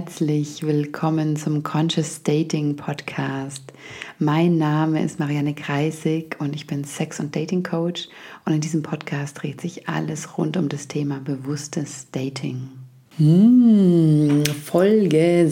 herzlich willkommen zum Conscious Dating Podcast. Mein Name ist Marianne Kreisig und ich bin Sex- und Dating Coach und in diesem Podcast dreht sich alles rund um das Thema bewusstes Dating. Folge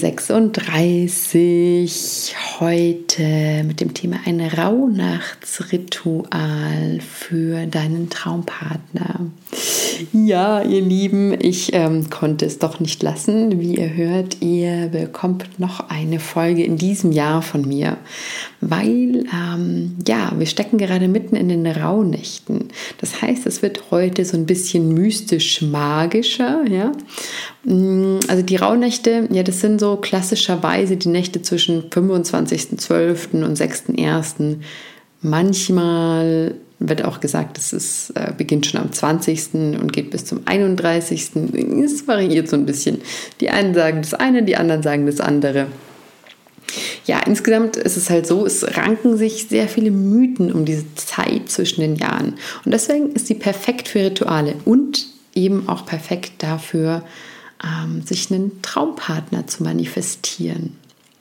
36, heute mit dem Thema ein Rauhnachtsritual für deinen Traumpartner. Ja, ihr Lieben, ich konnte es doch nicht lassen. Wie ihr hört, ihr bekommt noch eine Folge in diesem Jahr von mir, weil wir stecken gerade mitten in den Rauhnächten. Das heißt, es wird heute so ein bisschen mystisch-magischer, ja. Also die Rauhnächte, ja, das sind so klassischerweise die Nächte zwischen 25.12. und 6.1. Manchmal wird auch gesagt, es beginnt schon am 20. und geht bis zum 31. Es variiert so ein bisschen. Die einen sagen das eine, die anderen sagen das andere. Ja, insgesamt ist es halt so, es ranken sich sehr viele Mythen um diese Zeit zwischen den Jahren. Und deswegen ist sie perfekt für Rituale und eben auch perfekt dafür, sich einen Traumpartner zu manifestieren.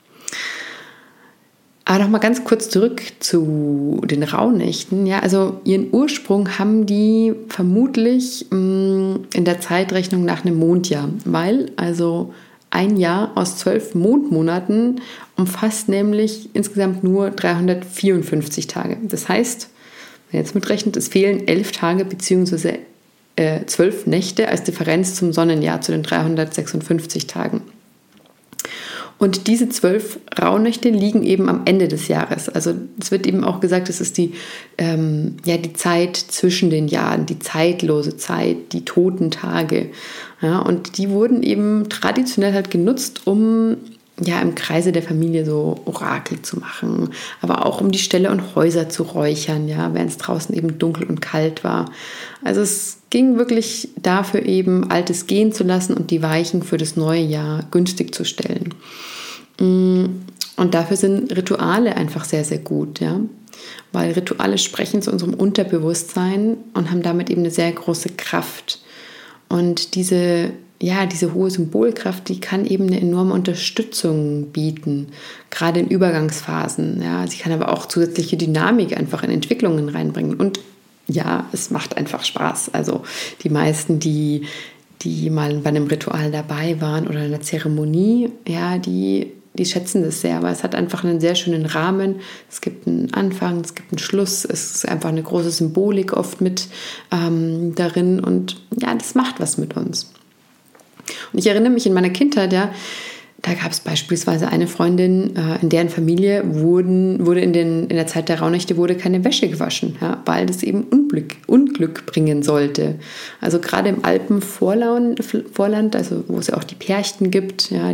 Aber nochmal ganz kurz zurück zu den Rauhnächten. Ja, also ihren Ursprung haben die vermutlich in der Zeitrechnung nach einem Mondjahr, weil also ein Jahr aus 12 Mondmonaten umfasst nämlich insgesamt nur 354 Tage. Das heißt, wenn ihr jetzt mitrechnet, es fehlen 11 Tage bzw. 12 Nächte als Differenz zum Sonnenjahr, zu den 356 Tagen. Und diese 12 Rauhnächte liegen eben am Ende des Jahres. Also es wird eben auch gesagt, es ist die Zeit zwischen den Jahren, die zeitlose Zeit, die toten Tage. Ja, und die wurden eben traditionell halt genutzt, um im Kreise der Familie so Orakel zu machen, aber auch um die Ställe und Häuser zu räuchern, ja, während es draußen eben dunkel und kalt war. Also es ging wirklich dafür eben, Altes gehen zu lassen und die Weichen für das neue Jahr günstig zu stellen. Und dafür sind Rituale einfach sehr, sehr gut, ja, weil Rituale sprechen zu unserem Unterbewusstsein und haben damit eben eine sehr große Kraft. Und diese hohe Symbolkraft, die kann eben eine enorme Unterstützung bieten, gerade in Übergangsphasen. Ja. Sie kann aber auch zusätzliche Dynamik einfach in Entwicklungen reinbringen. Und ja, es macht einfach Spaß. Also die meisten, die mal bei einem Ritual dabei waren oder einer Zeremonie, ja, die schätzen das sehr, weil es hat einfach einen sehr schönen Rahmen. Es gibt einen Anfang, es gibt einen Schluss, es ist einfach eine große Symbolik oft mit darin und ja, das macht was mit uns. Und ich erinnere mich in meiner Kindheit, ja, da gab es beispielsweise eine Freundin, in deren Familie wurde in der Zeit der Rauhnächte wurde keine Wäsche gewaschen, ja, weil das eben Unglück bringen sollte. Also gerade im Alpenvorland, also wo es ja auch die Perchten gibt, ja,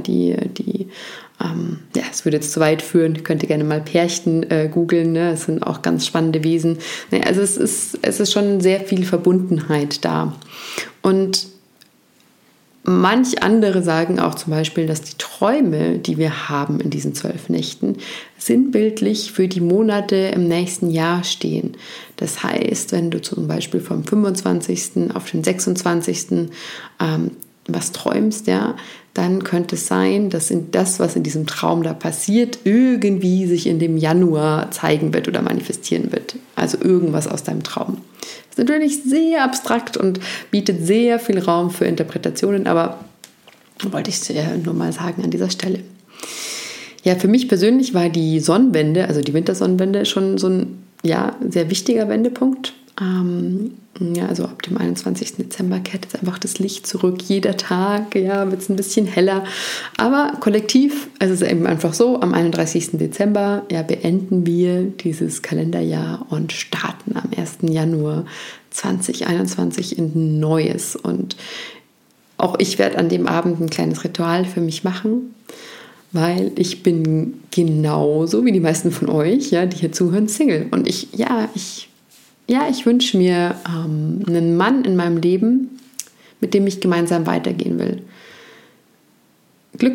es würde jetzt zu weit führen, könnt ihr gerne mal Perchten googeln, ne? Es sind auch ganz spannende Wesen. Also es ist schon sehr viel Verbundenheit da. Und manch andere sagen auch zum Beispiel, dass die Träume, die wir haben in diesen 12 Nächten, sinnbildlich für die Monate im nächsten Jahr stehen. Das heißt, wenn du zum Beispiel vom 25. auf den 26. Was träumst, ja, dann könnte es sein, dass das, was in diesem Traum da passiert, irgendwie sich in dem Januar zeigen wird oder manifestieren wird. Also irgendwas aus deinem Traum. Das ist natürlich sehr abstrakt und bietet sehr viel Raum für Interpretationen, aber wollte ich nur mal sagen an dieser Stelle. Ja, für mich persönlich war die Sonnenwende, also die Wintersonnenwende, schon so ein sehr wichtiger Wendepunkt. Also ab dem 21. Dezember kehrt jetzt einfach das Licht zurück. Jeder Tag, wird es ein bisschen heller. Aber kollektiv, es ist eben einfach so, am 31. Dezember beenden wir dieses Kalenderjahr und starten am 1. Januar 2021 in ein neues. Und auch ich werde an dem Abend ein kleines Ritual für mich machen, weil ich bin genauso wie die meisten von euch, die hier zuhören, Single. Und ich wünsche mir einen Mann in meinem Leben, mit dem ich gemeinsam weitergehen will.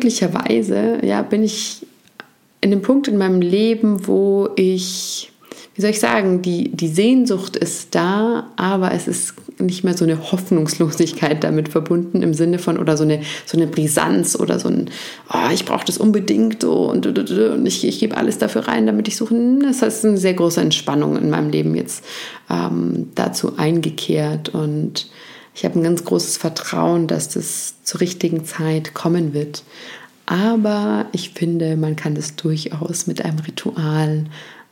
Glücklicherweise bin ich in dem Punkt in meinem Leben, wo ich, wie soll ich sagen, die Sehnsucht ist da, aber es ist nicht mehr so eine Hoffnungslosigkeit damit verbunden im Sinne von, oder so eine Brisanz oder so ein, oh, ich brauche das unbedingt so und ich gebe alles dafür rein, damit ich suche. Das heißt, eine sehr große Entspannung in meinem Leben jetzt dazu eingekehrt, und ich habe ein ganz großes Vertrauen, dass das zur richtigen Zeit kommen wird. Aber ich finde, man kann das durchaus mit einem Ritual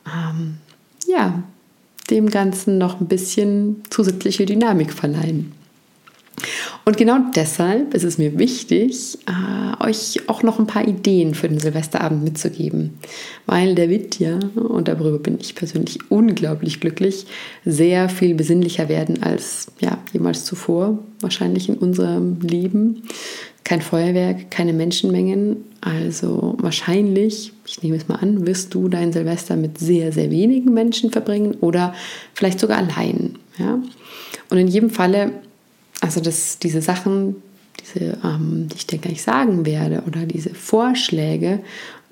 dem Ganzen noch ein bisschen zusätzliche Dynamik verleihen. Und genau deshalb ist es mir wichtig, euch auch noch ein paar Ideen für den Silvesterabend mitzugeben. Weil der wird ja, und darüber bin ich persönlich unglaublich glücklich, sehr viel besinnlicher werden als jemals zuvor, wahrscheinlich in unserem Leben. Kein Feuerwerk, keine Menschenmengen. Also wahrscheinlich, ich nehme es mal an, wirst du dein Silvester mit sehr, sehr wenigen Menschen verbringen oder vielleicht sogar allein. Ja? Und in jedem Falle, also diese Sachen, die ich dir gleich sagen werde, oder diese Vorschläge,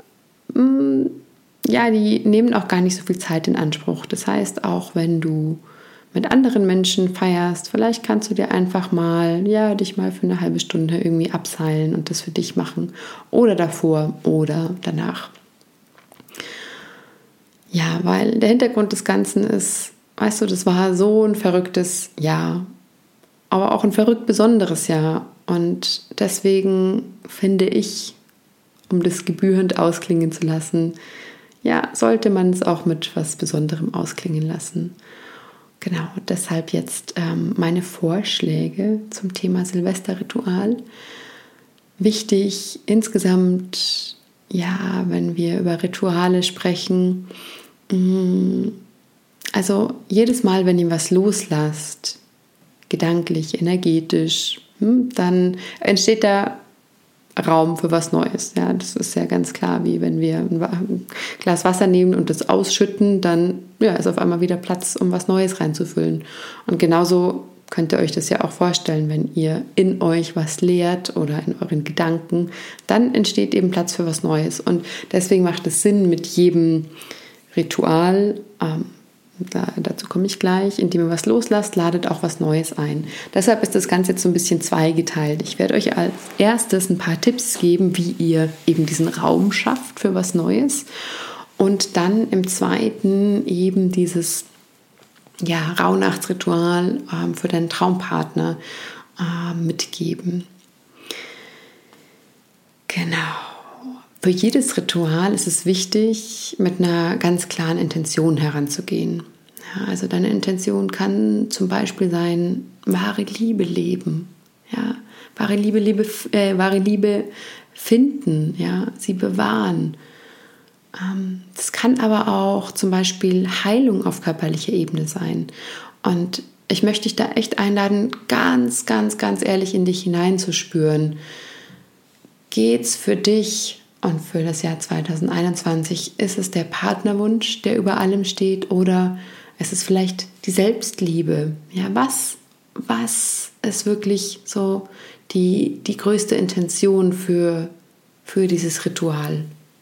die nehmen auch gar nicht so viel Zeit in Anspruch. Das heißt, auch wenn du mit anderen Menschen feierst, vielleicht kannst du dir einfach mal, dich mal für eine halbe Stunde irgendwie abseilen und das für dich machen. Oder davor oder danach. Ja, weil der Hintergrund des Ganzen ist, weißt du, das war so ein verrücktes Jahr, aber auch ein verrückt besonderes Jahr. Und deswegen finde ich, um das gebührend ausklingen zu lassen, sollte man es auch mit was Besonderem ausklingen lassen. Genau, deshalb jetzt meine Vorschläge zum Thema Silvesterritual. Wichtig insgesamt, wenn wir über Rituale sprechen, also jedes Mal, wenn ihr was loslasst, gedanklich, energetisch, dann entsteht da Raum für was Neues. Ja, das ist ja ganz klar, wie wenn wir ein Glas Wasser nehmen und das ausschütten, dann ist auf einmal wieder Platz, um was Neues reinzufüllen. Und genauso könnt ihr euch das ja auch vorstellen, wenn ihr in euch was leert oder in euren Gedanken, dann entsteht eben Platz für was Neues. Und deswegen macht es Sinn, mit jedem Ritual, dazu komme ich gleich, indem ihr was loslasst, ladet auch was Neues ein. Deshalb ist das Ganze jetzt so ein bisschen zweigeteilt. Ich werde euch als erstes ein paar Tipps geben, wie ihr eben diesen Raum schafft für was Neues. Und dann im zweiten eben dieses Rauhnachtsritual für deinen Traumpartner mitgeben. Genau. Für jedes Ritual ist es wichtig, mit einer ganz klaren Intention heranzugehen. Ja, also deine Intention kann zum Beispiel sein, wahre Liebe leben, wahre Liebe finden, sie bewahren. Das kann aber auch zum Beispiel Heilung auf körperlicher Ebene sein. Und ich möchte dich da echt einladen, ganz, ganz, ganz ehrlich in dich hineinzuspüren. Geht's für dich und für das Jahr 2021, ist es der Partnerwunsch, der über allem steht, oder ist es vielleicht die Selbstliebe? Ja, was ist wirklich so die größte Intention für dieses Ritual?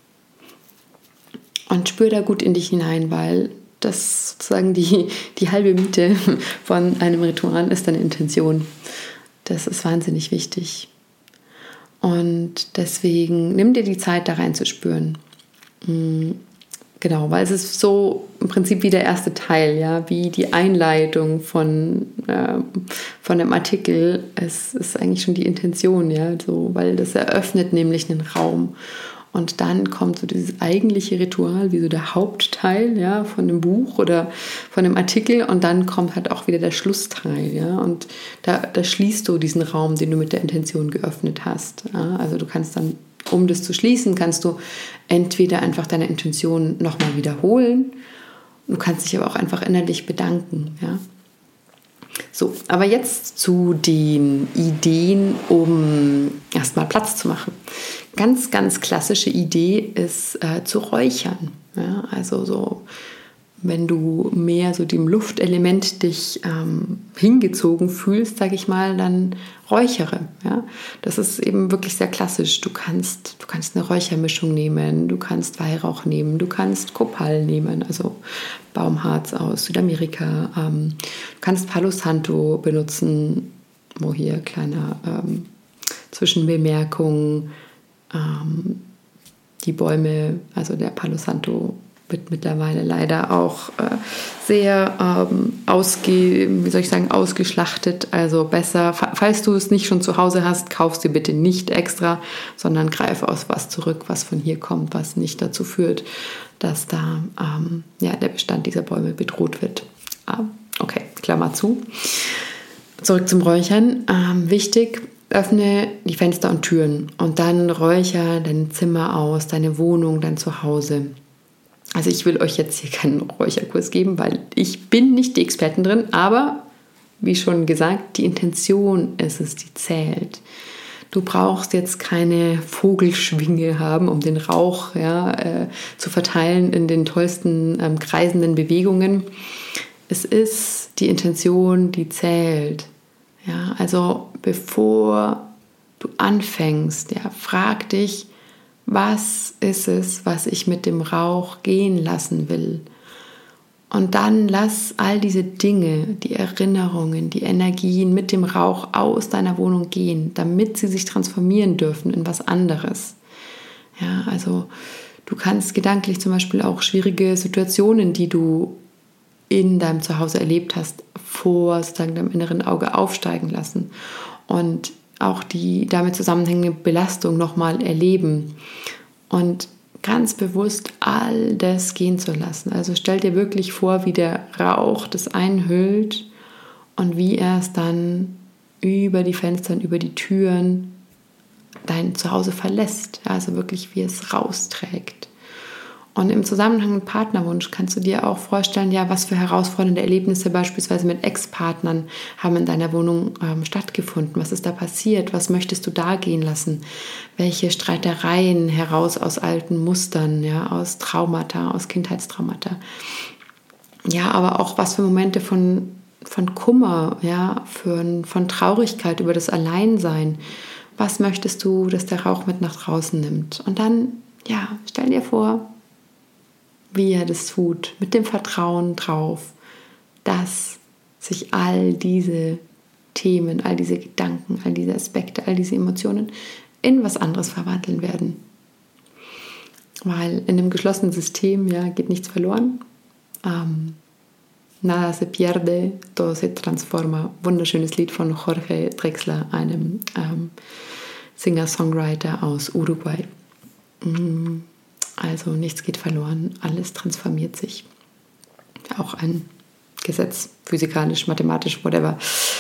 Und spür da gut in dich hinein, weil das sozusagen die halbe Miete von einem Ritual ist deine Intention. Das ist wahnsinnig wichtig. Und deswegen nimm dir die Zeit, da reinzuspüren. Genau, weil es ist so im Prinzip wie der erste Teil, wie die Einleitung von dem Artikel. Es ist eigentlich schon die Intention, so, weil das eröffnet nämlich einen Raum. Und dann kommt so dieses eigentliche Ritual, wie so der Hauptteil von dem Buch oder von dem Artikel. Und dann kommt halt auch wieder der Schlussteil. Und da schließt du diesen Raum, den du mit der Intention geöffnet hast. Ja? Also du kannst dann, um das zu schließen, kannst du entweder einfach deine Intention nochmal wiederholen. Du kannst dich aber auch einfach innerlich bedanken. Ja? So, aber jetzt zu den Ideen, um erstmal Platz zu machen. Ganz, ganz klassische Idee ist zu räuchern. Ja, also so wenn du mehr so dem Luftelement dich hingezogen fühlst, sage ich mal, dann räuchere. Ja? Das ist eben wirklich sehr klassisch. Du kannst eine Räuchermischung nehmen, du kannst Weihrauch nehmen, du kannst Copal nehmen, also Baumharz aus Südamerika. Du kannst Palo Santo benutzen, wo hier kleine Zwischenbemerkung, die Bäume, also der Palo Santo wird mittlerweile leider auch sehr ausgeschlachtet. Also besser, falls du es nicht schon zu Hause hast, kauf sie bitte nicht extra, sondern greife aus was zurück, was von hier kommt, was nicht dazu führt, dass da der Bestand dieser Bäume bedroht wird. Okay, Klammer zu. Zurück zum Räuchern. Wichtig, öffne die Fenster und Türen und dann räucher dein Zimmer aus, deine Wohnung, dein Zuhause. Also ich will euch jetzt hier keinen Räucherkurs geben, weil ich bin nicht die Expertin drin, aber wie schon gesagt, die Intention ist es, die zählt. Du brauchst jetzt keine Vogelschwinge haben, um den Rauch zu verteilen in den tollsten kreisenden Bewegungen. Es ist die Intention, die zählt. Ja, also bevor du anfängst, frag dich, was ist es, was ich mit dem Rauch gehen lassen will? Und dann lass all diese Dinge, die Erinnerungen, die Energien mit dem Rauch aus deiner Wohnung gehen, damit sie sich transformieren dürfen in was anderes. Ja, also du kannst gedanklich zum Beispiel auch schwierige Situationen, die du in deinem Zuhause erlebt hast, vor sozusagen deinem inneren Auge aufsteigen lassen und auch die damit zusammenhängende Belastung nochmal erleben und ganz bewusst all das gehen zu lassen. Also stell dir wirklich vor, wie der Rauch das einhüllt und wie er es dann über die Fenster und über die Türen dein Zuhause verlässt. Also wirklich, wie es rausträgt. Und im Zusammenhang mit Partnerwunsch kannst du dir auch vorstellen, was für herausfordernde Erlebnisse beispielsweise mit Ex-Partnern haben in deiner Wohnung stattgefunden. Was ist da passiert? Was möchtest du da gehen lassen? Welche Streitereien heraus aus alten Mustern, aus Traumata, aus Kindheitstraumata? Ja, aber auch was für Momente von Kummer, von Traurigkeit über das Alleinsein. Was möchtest du, dass der Rauch mit nach draußen nimmt? Und dann, stell dir vor, wie er das tut, mit dem Vertrauen drauf, dass sich all diese Themen, all diese Gedanken, all diese Aspekte, all diese Emotionen in was anderes verwandeln werden. Weil in einem geschlossenen System geht nichts verloren. Nada se pierde, todo se transforma. Wunderschönes Lied von Jorge Drexler, einem Singer-Songwriter aus Uruguay. Also nichts geht verloren, alles transformiert sich. Auch ein Gesetz, physikalisch, mathematisch, whatever.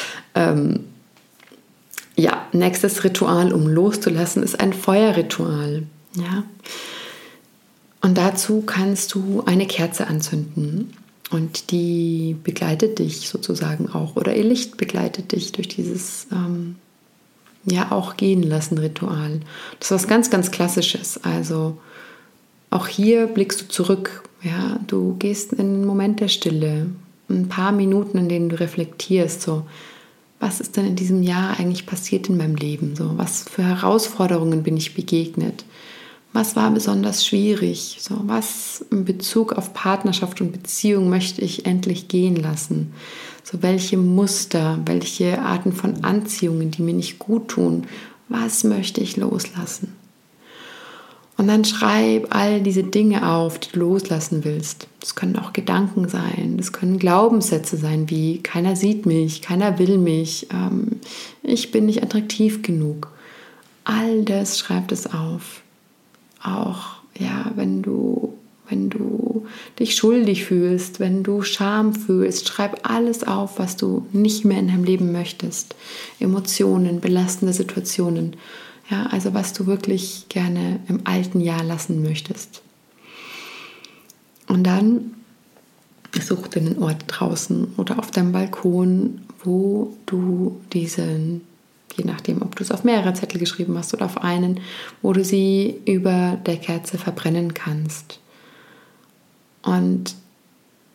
Nächstes Ritual, um loszulassen, ist ein Feuerritual. Ja? Und dazu kannst du eine Kerze anzünden. Und die begleitet dich sozusagen auch, oder ihr Licht begleitet dich durch dieses auch gehen lassen Ritual. Das ist was ganz, ganz Klassisches. Also auch hier blickst du zurück. Ja, du gehst in einen Moment der Stille, ein paar Minuten, in denen du reflektierst, so, was ist denn in diesem Jahr eigentlich passiert in meinem Leben? So, was für Herausforderungen bin ich begegnet? Was war besonders schwierig? So, was in Bezug auf Partnerschaft und Beziehung möchte ich endlich gehen lassen? So, welche Muster, welche Arten von Anziehungen, die mir nicht gut tun, was möchte ich loslassen? Und dann schreib all diese Dinge auf, die du loslassen willst. Das können auch Gedanken sein, das können Glaubenssätze sein, wie keiner sieht mich, keiner will mich, ich bin nicht attraktiv genug. All das schreib es auf. Auch wenn du dich schuldig fühlst, wenn du Scham fühlst, schreib alles auf, was du nicht mehr in deinem Leben möchtest. Emotionen, belastende Situationen. Ja, also was du wirklich gerne im alten Jahr lassen möchtest. Und dann such dir einen Ort draußen oder auf deinem Balkon, wo du diesen, je nachdem, ob du es auf mehrere Zettel geschrieben hast oder auf einen, wo du sie über der Kerze verbrennen kannst. Und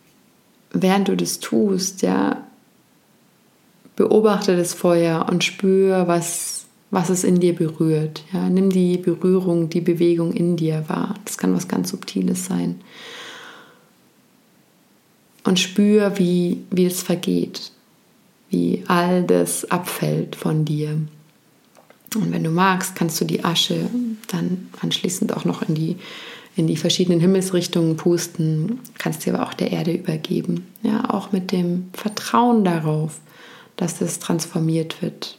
während du das tust, ja, beobachte das Feuer und spür, was es in dir berührt. Ja, nimm die Berührung, die Bewegung in dir wahr. Das kann was ganz Subtiles sein. Und spür, wie es vergeht, wie all das abfällt von dir. Und wenn du magst, kannst du die Asche dann anschließend auch noch in die verschiedenen Himmelsrichtungen pusten, kannst sie aber auch der Erde übergeben. Ja, auch mit dem Vertrauen darauf, dass es transformiert wird.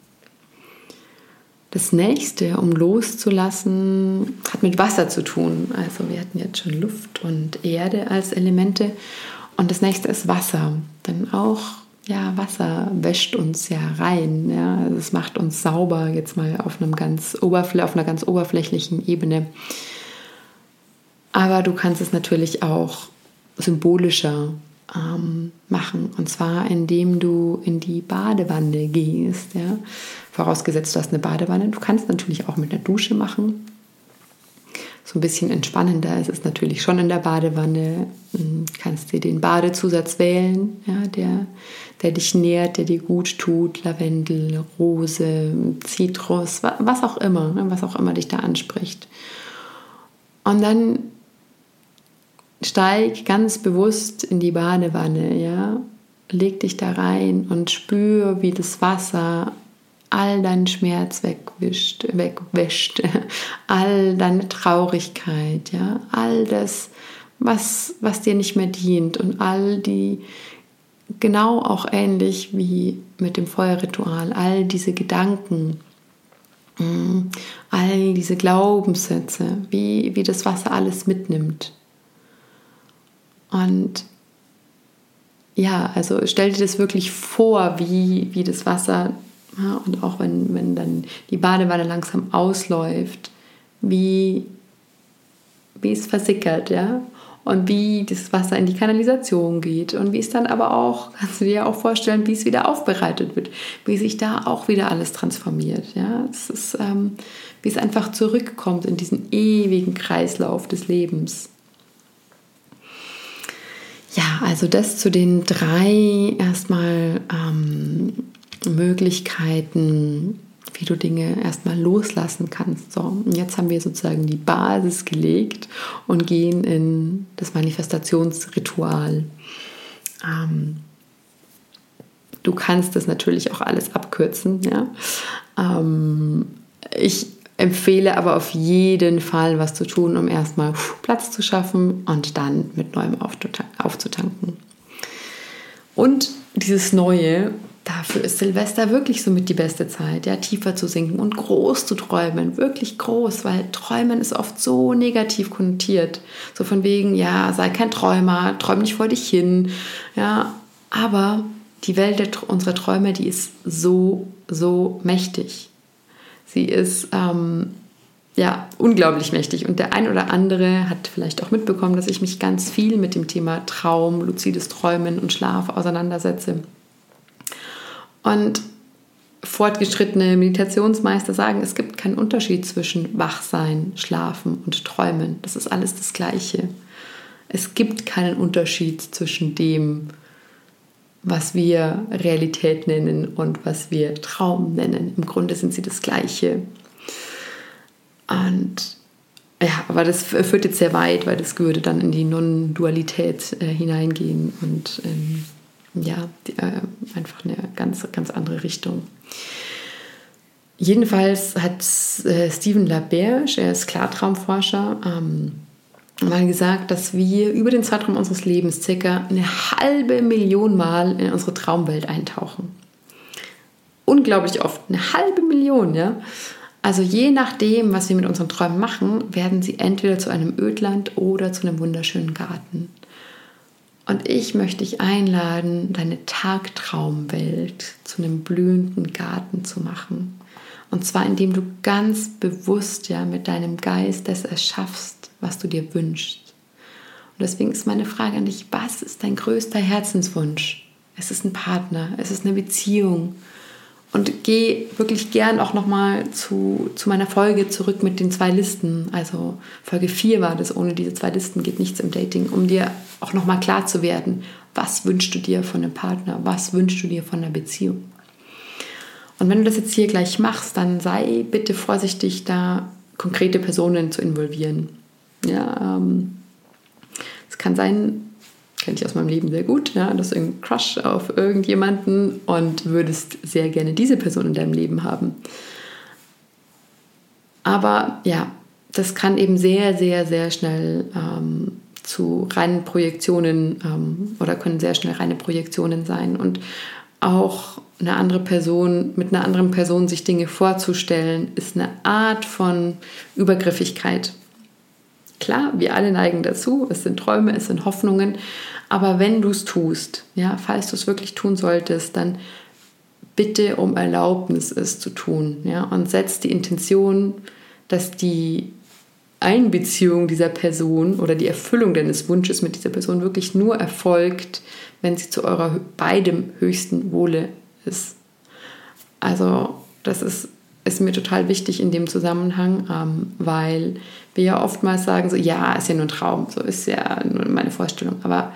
Das nächste, um loszulassen, hat mit Wasser zu tun. Also wir hatten jetzt schon Luft und Erde als Elemente. Und das nächste ist Wasser. Denn auch Wasser wäscht uns ja rein. Ja? Also es macht uns sauber, jetzt mal auf einer ganz oberflächlichen Ebene. Aber du kannst es natürlich auch symbolischer machen. Und zwar, indem du in die Badewanne gehst. Ja? Vorausgesetzt, du hast eine Badewanne. Du kannst natürlich auch mit einer Dusche machen. So ein bisschen entspannender ist es natürlich schon in der Badewanne. Du kannst dir den Badezusatz wählen, ja, der dich nährt, der dir gut tut. Lavendel, Rose, Zitrus, was auch immer dich da anspricht. Und dann steig ganz bewusst in die Badewanne, ja. Leg dich da rein und spür, wie das Wasser all deinen Schmerz wegwäscht, all deine Traurigkeit, ja, all das, was dir nicht mehr dient und all die, genau auch ähnlich wie mit dem Feuerritual, all diese Gedanken, all diese Glaubenssätze, wie das Wasser alles mitnimmt. Und ja, also stell dir das wirklich vor, wie das Wasser, ja, und auch wenn dann die Badewanne langsam ausläuft, wie es versickert, ja, und wie das Wasser in die Kanalisation geht und wie es dann aber auch, kannst du dir auch vorstellen, wie es wieder aufbereitet wird, wie sich da auch wieder alles transformiert, ja, es ist, wie es einfach zurückkommt in diesen ewigen Kreislauf des Lebens. Ja, also das zu den 3 erstmal Möglichkeiten, wie du Dinge erstmal loslassen kannst. So, und jetzt haben wir sozusagen die Basis gelegt und gehen in das Manifestationsritual. Du kannst das natürlich auch alles abkürzen. Ja? Ich empfehle aber auf jeden Fall, was zu tun, um erstmal Platz zu schaffen und dann mit Neuem aufzutanken. Und dieses Neue, dafür ist Silvester wirklich somit die beste Zeit, ja, tiefer zu sinken und groß zu träumen, wirklich groß, weil Träumen ist oft so negativ konnotiert, so von wegen, ja, sei kein Träumer, träum nicht vor dich hin, ja, aber die Welt unserer Träume, die ist so, so mächtig. Sie ist unglaublich mächtig und der ein oder andere hat vielleicht auch mitbekommen, dass ich mich ganz viel mit dem Thema Traum, luzides Träumen und Schlaf auseinandersetze. Und fortgeschrittene Meditationsmeister sagen, es gibt keinen Unterschied zwischen Wachsein, Schlafen und Träumen. Das ist alles das Gleiche. Es gibt keinen Unterschied zwischen dem, was wir Realität nennen und was wir Traum nennen. Im Grunde sind sie das Gleiche. Und ja, aber das führt jetzt sehr weit, weil das würde dann in die Non-Dualität hineingehen und einfach eine ganz, ganz andere Richtung. Jedenfalls hat Stephen LaBerge, er ist Klartraumforscher, mal gesagt, dass wir über den Zeitraum unseres Lebens ca. 500.000 Mal in unsere Traumwelt eintauchen. Unglaublich oft, 500.000, ja. Also je nachdem, was wir mit unseren Träumen machen, werden sie entweder zu einem Ödland oder zu einem wunderschönen Garten. Und ich möchte dich einladen, deine Tagtraumwelt zu einem blühenden Garten zu machen. Und zwar, indem du ganz bewusst mit deinem Geist das erschaffst, was du dir wünschst. Und deswegen ist meine Frage an dich, was ist dein größter Herzenswunsch? Es ist ein Partner, es ist eine Beziehung. Und geh wirklich gern auch nochmal zu meiner Folge zurück mit den 2 Listen. Also Folge 4 war das, ohne diese 2 Listen geht nichts im Dating, um dir auch nochmal klar zu werden, Was wünschst du dir von einem Partner? Was wünschst du dir von einer Beziehung? Und wenn du das jetzt hier gleich machst, dann sei bitte vorsichtig, da konkrete Personen zu involvieren. Ja, es kann sein, kenne ich aus meinem Leben sehr gut, ja, dass du einen Crush auf irgendjemanden und würdest sehr gerne diese Person in deinem Leben haben. Aber ja, das kann eben sehr, sehr, sehr schnell zu reinen Projektionen oder können sehr schnell reine Projektionen sein. Und auch eine andere Person, mit einer anderen Person sich Dinge vorzustellen, ist eine Art von Übergriffigkeit. Klar, wir alle neigen dazu, es sind Träume, es sind Hoffnungen, aber wenn du es tust, ja, falls du es wirklich tun solltest, dann bitte um Erlaubnis, es zu tun, ja, und setz die Intention, dass die Einbeziehung dieser Person oder die Erfüllung deines Wunsches mit dieser Person wirklich nur erfolgt, wenn sie zu eurer beidem höchsten Wohle ist. Also das ist mir total wichtig in dem Zusammenhang, weil wir ja oftmals sagen, so ja, ist ja nur ein Traum, so ist ja nur meine Vorstellung. Aber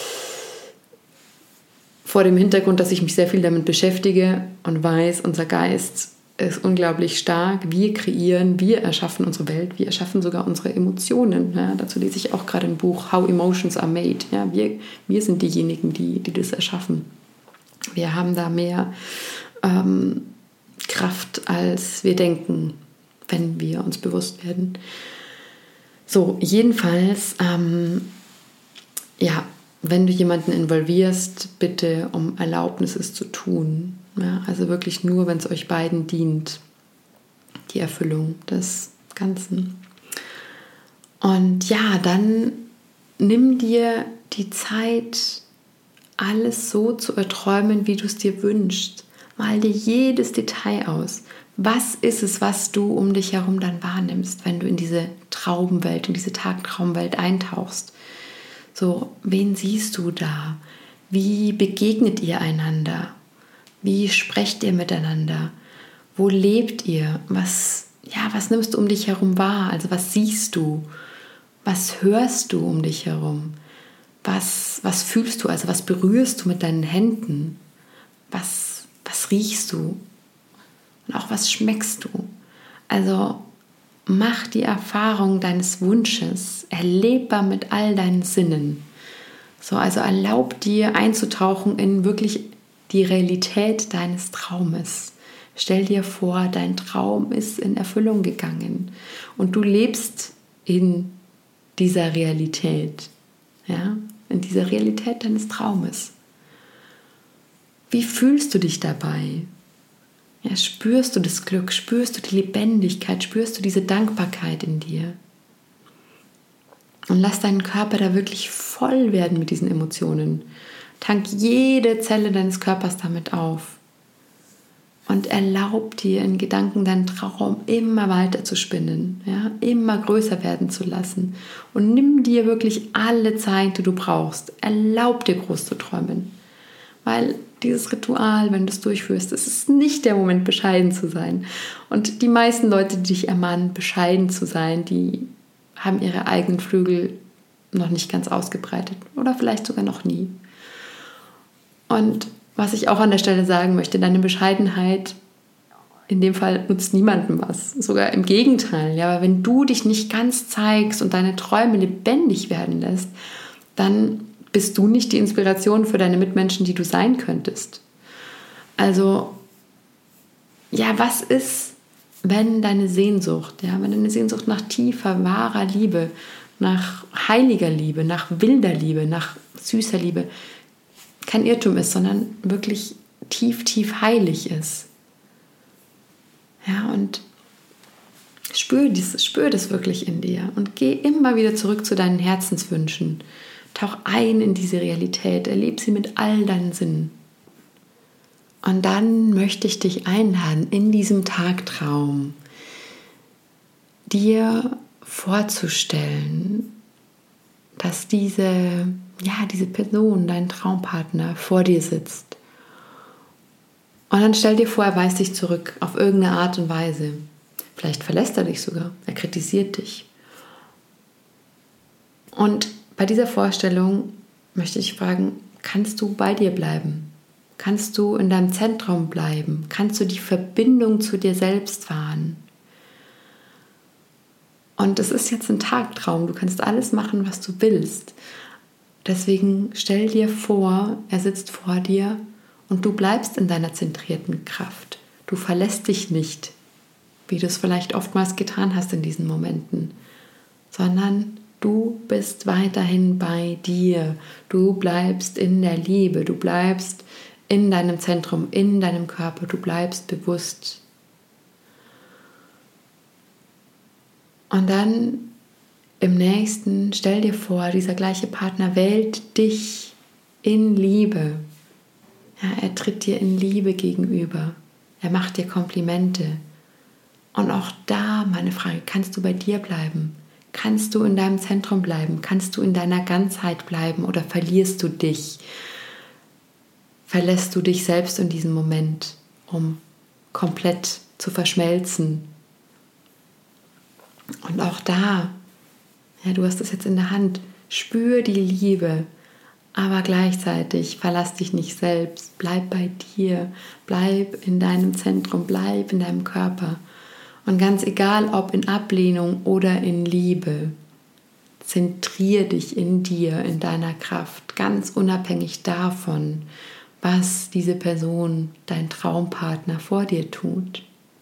vor dem Hintergrund, dass ich mich sehr viel damit beschäftige und weiß, unser Geist ist unglaublich stark. Wir kreieren, wir erschaffen unsere Welt, wir erschaffen sogar unsere Emotionen. Ja, dazu lese ich auch gerade ein Buch, How Emotions Are Made. Ja, wir sind diejenigen, die das erschaffen. Wir haben da mehr Kraft, als wir denken, wenn wir uns bewusst werden. So, jedenfalls, wenn du jemanden involvierst, bitte um Erlaubnis, es zu tun. Ja, also wirklich nur, wenn es euch beiden dient, die Erfüllung des Ganzen. Und ja, dann nimm dir die Zeit, alles so zu erträumen, wie du es dir wünschst. Mal dir jedes Detail aus. Was ist es, was du um dich herum dann wahrnimmst, wenn du in diese Traumwelt, in diese Tagtraumwelt eintauchst? So, wen siehst du da? Wie begegnet ihr einander? Wie sprecht ihr miteinander? Wo lebt ihr? Was nimmst du um dich herum wahr? Also was siehst du? Was hörst du um dich herum? Was fühlst du? Also was berührst du mit deinen Händen? Was riechst du? Und auch was schmeckst du? Also mach die Erfahrung deines Wunsches erlebbar mit all deinen Sinnen. So, also erlaub dir einzutauchen in wirklich die Realität deines Traumes. Stell dir vor, dein Traum ist in Erfüllung gegangen und du lebst in dieser Realität, ja, in dieser Realität deines Traumes. Wie fühlst du dich dabei? Ja, spürst du das Glück, spürst du die Lebendigkeit, spürst du diese Dankbarkeit in dir? Und lass deinen Körper da wirklich voll werden mit diesen Emotionen. Tank jede Zelle deines Körpers damit auf. Und erlaub dir in Gedanken deinen Traum immer weiter zu spinnen, ja, immer größer werden zu lassen. Und nimm dir wirklich alle Zeit, die du brauchst. Erlaub dir groß zu träumen. Weil dieses Ritual, wenn du es durchführst, es ist nicht der Moment, bescheiden zu sein. Und die meisten Leute, die dich ermahnen, bescheiden zu sein, die haben ihre eigenen Flügel noch nicht ganz ausgebreitet oder vielleicht sogar noch nie. Und was ich auch an der Stelle sagen möchte, deine Bescheidenheit in dem Fall nutzt niemandem was. Sogar im Gegenteil. Ja, aber wenn du dich nicht ganz zeigst und deine Träume lebendig werden lässt, dann bist du nicht die Inspiration für deine Mitmenschen, die du sein könntest. Also, ja, was ist, wenn deine Sehnsucht nach tiefer, wahrer Liebe, nach heiliger Liebe, nach wilder Liebe, nach süßer Liebe kein Irrtum ist, sondern wirklich tief, tief heilig ist. Ja, und spür das wirklich in dir und geh immer wieder zurück zu deinen Herzenswünschen. Tauch ein in diese Realität, erlebe sie mit all deinen Sinnen. Und dann möchte ich dich einladen, in diesem Tagtraum dir vorzustellen, dass diese Person, dein Traumpartner, vor dir sitzt. Und dann stell dir vor, er weist dich zurück auf irgendeine Art und Weise. Vielleicht verlässt er dich sogar, er kritisiert dich. Und bei dieser Vorstellung möchte ich fragen, kannst du bei dir bleiben? Kannst du in deinem Zentrum bleiben? Kannst du die Verbindung zu dir selbst wahren? Und es ist jetzt ein Tagtraum, du kannst alles machen, was du willst. Deswegen stell dir vor, er sitzt vor dir und du bleibst in deiner zentrierten Kraft. Du verlässt dich nicht, wie du es vielleicht oftmals getan hast in diesen Momenten, sondern du bist weiterhin bei dir. Du bleibst in der Liebe, du bleibst in deinem Zentrum, in deinem Körper, du bleibst bewusst. Und dann im nächsten, stell dir vor, dieser gleiche Partner wählt dich in Liebe. Ja, er tritt dir in Liebe gegenüber. Er macht dir Komplimente. Und auch da meine Frage, kannst du bei dir bleiben? Kannst du in deinem Zentrum bleiben? Kannst du in deiner Ganzheit bleiben oder verlierst du dich? Verlässt du dich selbst in diesem Moment, um komplett zu verschmelzen? Und auch da, ja, du hast es jetzt in der Hand, spür die Liebe, aber gleichzeitig verlass dich nicht selbst, bleib bei dir, bleib in deinem Zentrum, bleib in deinem Körper. Und ganz egal, ob in Ablehnung oder in Liebe, zentrier dich in dir, in deiner Kraft, ganz unabhängig davon, was diese Person, dein Traumpartner vor dir tut.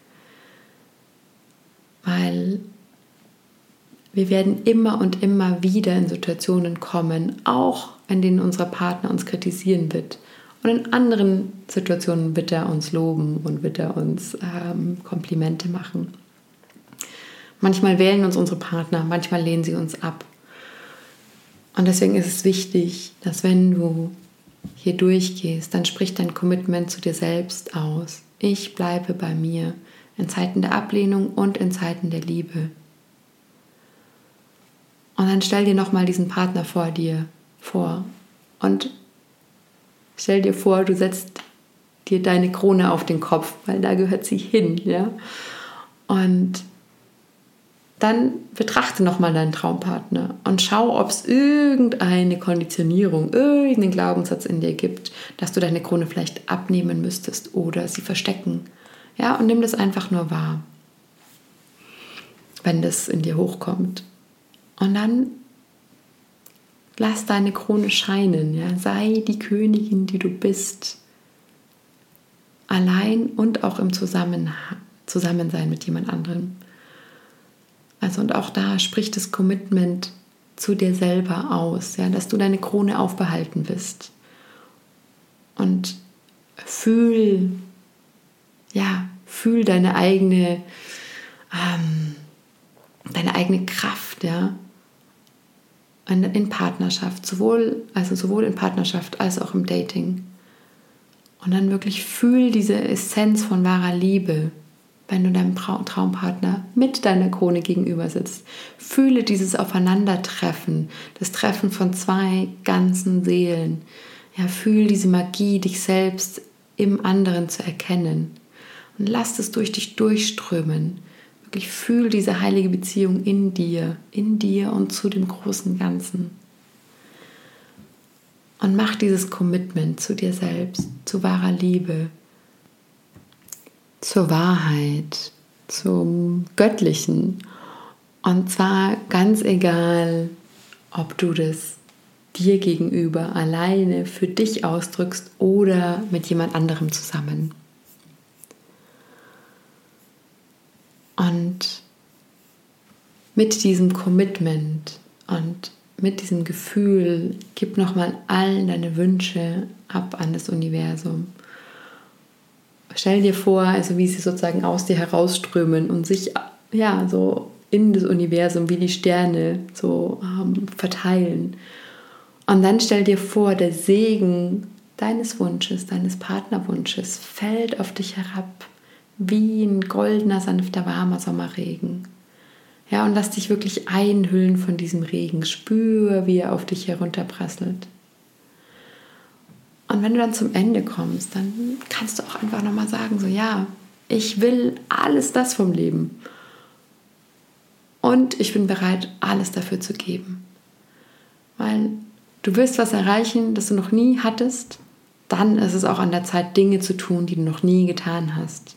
Weil wir werden immer und immer wieder in Situationen kommen, auch in denen unser Partner uns kritisieren wird. Und in anderen Situationen wird er uns loben und wird er uns Komplimente machen. Manchmal wählen uns unsere Partner, manchmal lehnen sie uns ab. Und deswegen ist es wichtig, dass wenn du hier durchgehst, dann sprich dein Commitment zu dir selbst aus. Ich bleibe bei mir in Zeiten der Ablehnung und in Zeiten der Liebe. Und dann stell dir nochmal diesen Partner vor dir vor und stell dir vor, du setzt dir deine Krone auf den Kopf, weil da gehört sie hin, ja. Und dann betrachte nochmal deinen Traumpartner und schau, ob es irgendeine Konditionierung, irgendeinen Glaubenssatz in dir gibt, dass du deine Krone vielleicht abnehmen müsstest oder sie verstecken. Ja, und nimm das einfach nur wahr, wenn das in dir hochkommt. Und dann lass deine Krone scheinen, ja? Sei die Königin, die du bist. Allein und auch im Zusammensein mit jemand anderem. Also und auch da spricht das Commitment zu dir selber aus, ja? Dass du deine Krone aufbehalten wirst. Und fühl deine eigene Kraft, ja? In Partnerschaft, sowohl in Partnerschaft als auch im Dating. Und dann wirklich fühl diese Essenz von wahrer Liebe, wenn du deinem Traumpartner mit deiner Krone gegenüber sitzt. Fühle dieses Aufeinandertreffen, das Treffen von zwei ganzen Seelen. Ja, fühl diese Magie, dich selbst im anderen zu erkennen. Und lass es durch dich durchströmen. Wirklich fühl diese heilige Beziehung in dir und zu dem großen Ganzen. Und mach dieses Commitment zu dir selbst, zu wahrer Liebe, zur Wahrheit, zum Göttlichen. Und zwar ganz egal, ob du das dir gegenüber alleine für dich ausdrückst oder mit jemand anderem zusammen. Und mit diesem Commitment und mit diesem Gefühl gib nochmal all deine Wünsche ab an das Universum. Stell dir vor, also wie sie sozusagen aus dir herausströmen und sich so in das Universum wie die Sterne so verteilen. Und dann stell dir vor, der Segen deines Wunsches, deines Partnerwunsches fällt auf dich herab wie ein goldener, sanfter, warmer Sommerregen. Ja, und lass dich wirklich einhüllen von diesem Regen. Spür, wie er auf dich herunterprasselt. Und wenn du dann zum Ende kommst, dann kannst du auch einfach nochmal sagen, so ja, ich will alles das vom Leben. Und ich bin bereit, alles dafür zu geben. Weil du wirst was erreichen, das du noch nie hattest, dann ist es auch an der Zeit, Dinge zu tun, die du noch nie getan hast.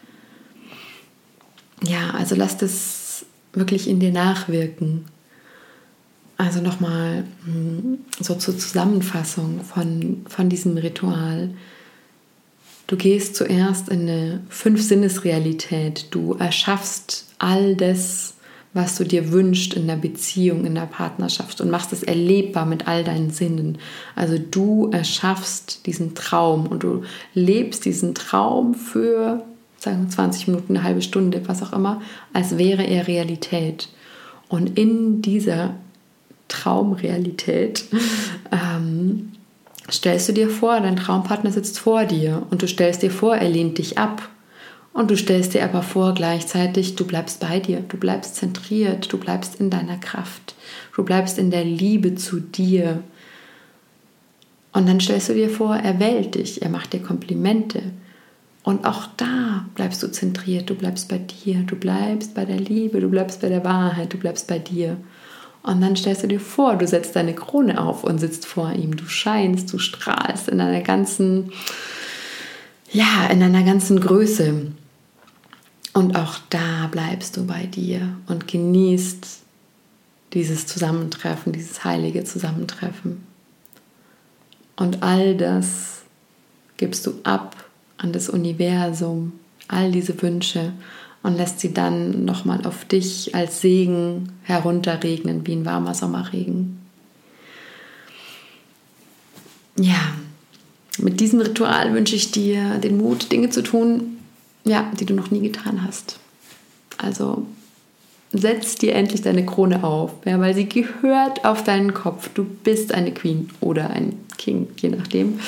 Ja, also lass das wirklich in dir nachwirken. Also nochmal so zur Zusammenfassung von diesem Ritual. Du gehst zuerst in eine 5-Sinnes-Realität. Du erschaffst all das, was du dir wünschst in der Beziehung, in der Partnerschaft und machst es erlebbar mit all deinen Sinnen. Also du erschaffst diesen Traum und du lebst diesen Traum für, sagen wir 20 Minuten, eine halbe Stunde, was auch immer, als wäre er Realität. Und in dieser Traumrealität stellst du dir vor, dein Traumpartner sitzt vor dir und du stellst dir vor, er lehnt dich ab. Und du stellst dir aber vor gleichzeitig, du bleibst bei dir, du bleibst zentriert, du bleibst in deiner Kraft, du bleibst in der Liebe zu dir. Und dann stellst du dir vor, er wählt dich, er macht dir Komplimente. Und auch da bleibst du zentriert, du bleibst bei dir, du bleibst bei der Liebe, du bleibst bei der Wahrheit, du bleibst bei dir. Und dann stellst du dir vor, du setzt deine Krone auf und sitzt vor ihm, du scheinst, du strahlst in deiner ganzen Größe. Und auch da bleibst du bei dir und genießt dieses Zusammentreffen, dieses heilige Zusammentreffen. Und all das gibst du ab an das Universum, all diese Wünsche und lässt sie dann nochmal auf dich als Segen herunterregnen, wie ein warmer Sommerregen. Ja, mit diesem Ritual wünsche ich dir den Mut, Dinge zu tun, die du noch nie getan hast. Also setz dir endlich deine Krone auf, weil sie gehört auf deinen Kopf. Du bist eine Queen oder ein King, je nachdem.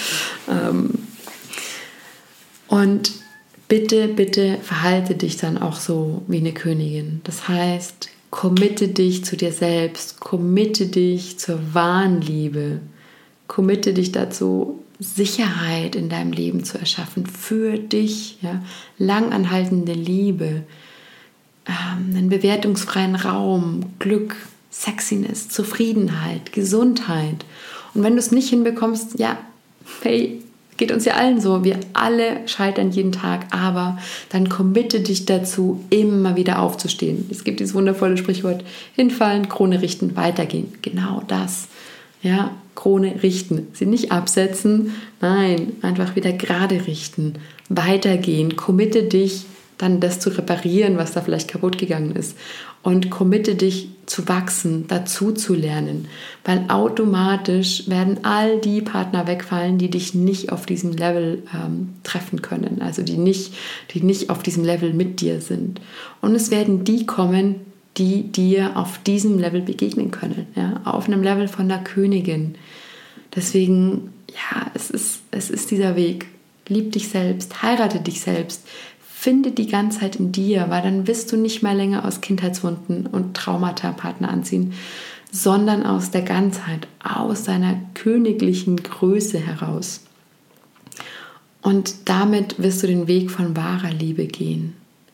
Und bitte, bitte verhalte dich dann auch so wie eine Königin. Das heißt, committe dich zu dir selbst, committe dich zur wahren Liebe, committe dich dazu, Sicherheit in deinem Leben zu erschaffen, für dich, langanhaltende Liebe, einen bewertungsfreien Raum, Glück, Sexiness, Zufriedenheit, Gesundheit. Und wenn du es nicht hinbekommst, geht uns ja allen so, wir alle scheitern jeden Tag, aber dann committe dich dazu, immer wieder aufzustehen. Es gibt dieses wundervolle Sprichwort, hinfallen, Krone richten, weitergehen. Genau das. Krone richten. Sie nicht absetzen, nein, einfach wieder gerade richten, weitergehen, committe dich, dann das zu reparieren, was da vielleicht kaputt gegangen ist und committe dich zu wachsen, dazu zu lernen, weil automatisch werden all die Partner wegfallen, die dich nicht auf diesem Level treffen können, also die nicht auf diesem Level mit dir sind. Und es werden die kommen, die dir auf diesem Level begegnen können, auf einem Level von der Königin. Deswegen, es ist dieser Weg. Lieb dich selbst, heirate dich selbst, finde die Ganzheit in dir, weil dann wirst du nicht mehr länger aus Kindheitswunden und Traumata Partner anziehen, sondern aus der Ganzheit, aus deiner königlichen Größe heraus. Und damit wirst du den Weg von wahrer Liebe gehen.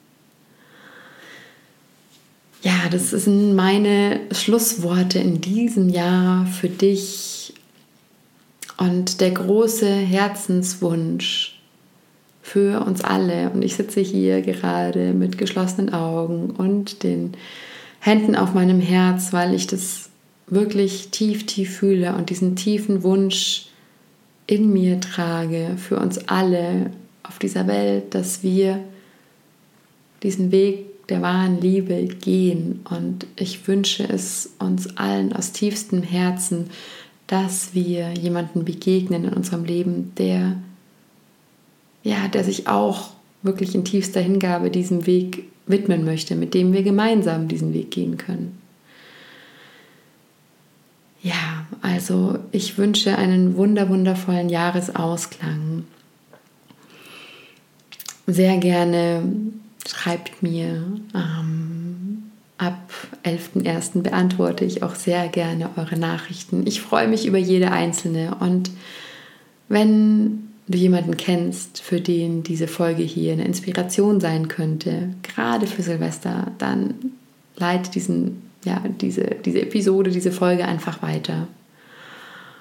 Ja, das sind meine Schlussworte in diesem Jahr für dich und der große Herzenswunsch für uns alle. Und ich sitze hier gerade mit geschlossenen Augen und den Händen auf meinem Herz, weil ich das wirklich tief, tief fühle und diesen tiefen Wunsch in mir trage für uns alle auf dieser Welt, dass wir diesen Weg der wahren Liebe gehen. Und ich wünsche es uns allen aus tiefstem Herzen, dass wir jemanden begegnen in unserem Leben, der sich auch wirklich in tiefster Hingabe diesem Weg widmen möchte, mit dem wir gemeinsam diesen Weg gehen können. Ja, also ich wünsche einen wundervollen Jahresausklang. Sehr gerne schreibt mir, ab 11.01. beantworte ich auch sehr gerne eure Nachrichten. Ich freue mich über jede einzelne. Und wenn du jemanden kennst, für den diese Folge hier eine Inspiration sein könnte, gerade für Silvester, dann leite diese Episode, diese Folge einfach weiter.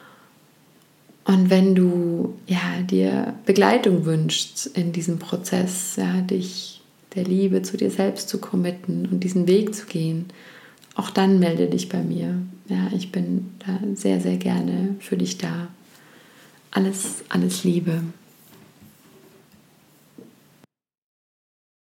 Und wenn du dir Begleitung wünschst in diesem Prozess, dich der Liebe zu dir selbst zu committen und diesen Weg zu gehen, auch dann melde dich bei mir. Ja, ich bin da sehr, sehr gerne für dich da. Alles Liebe.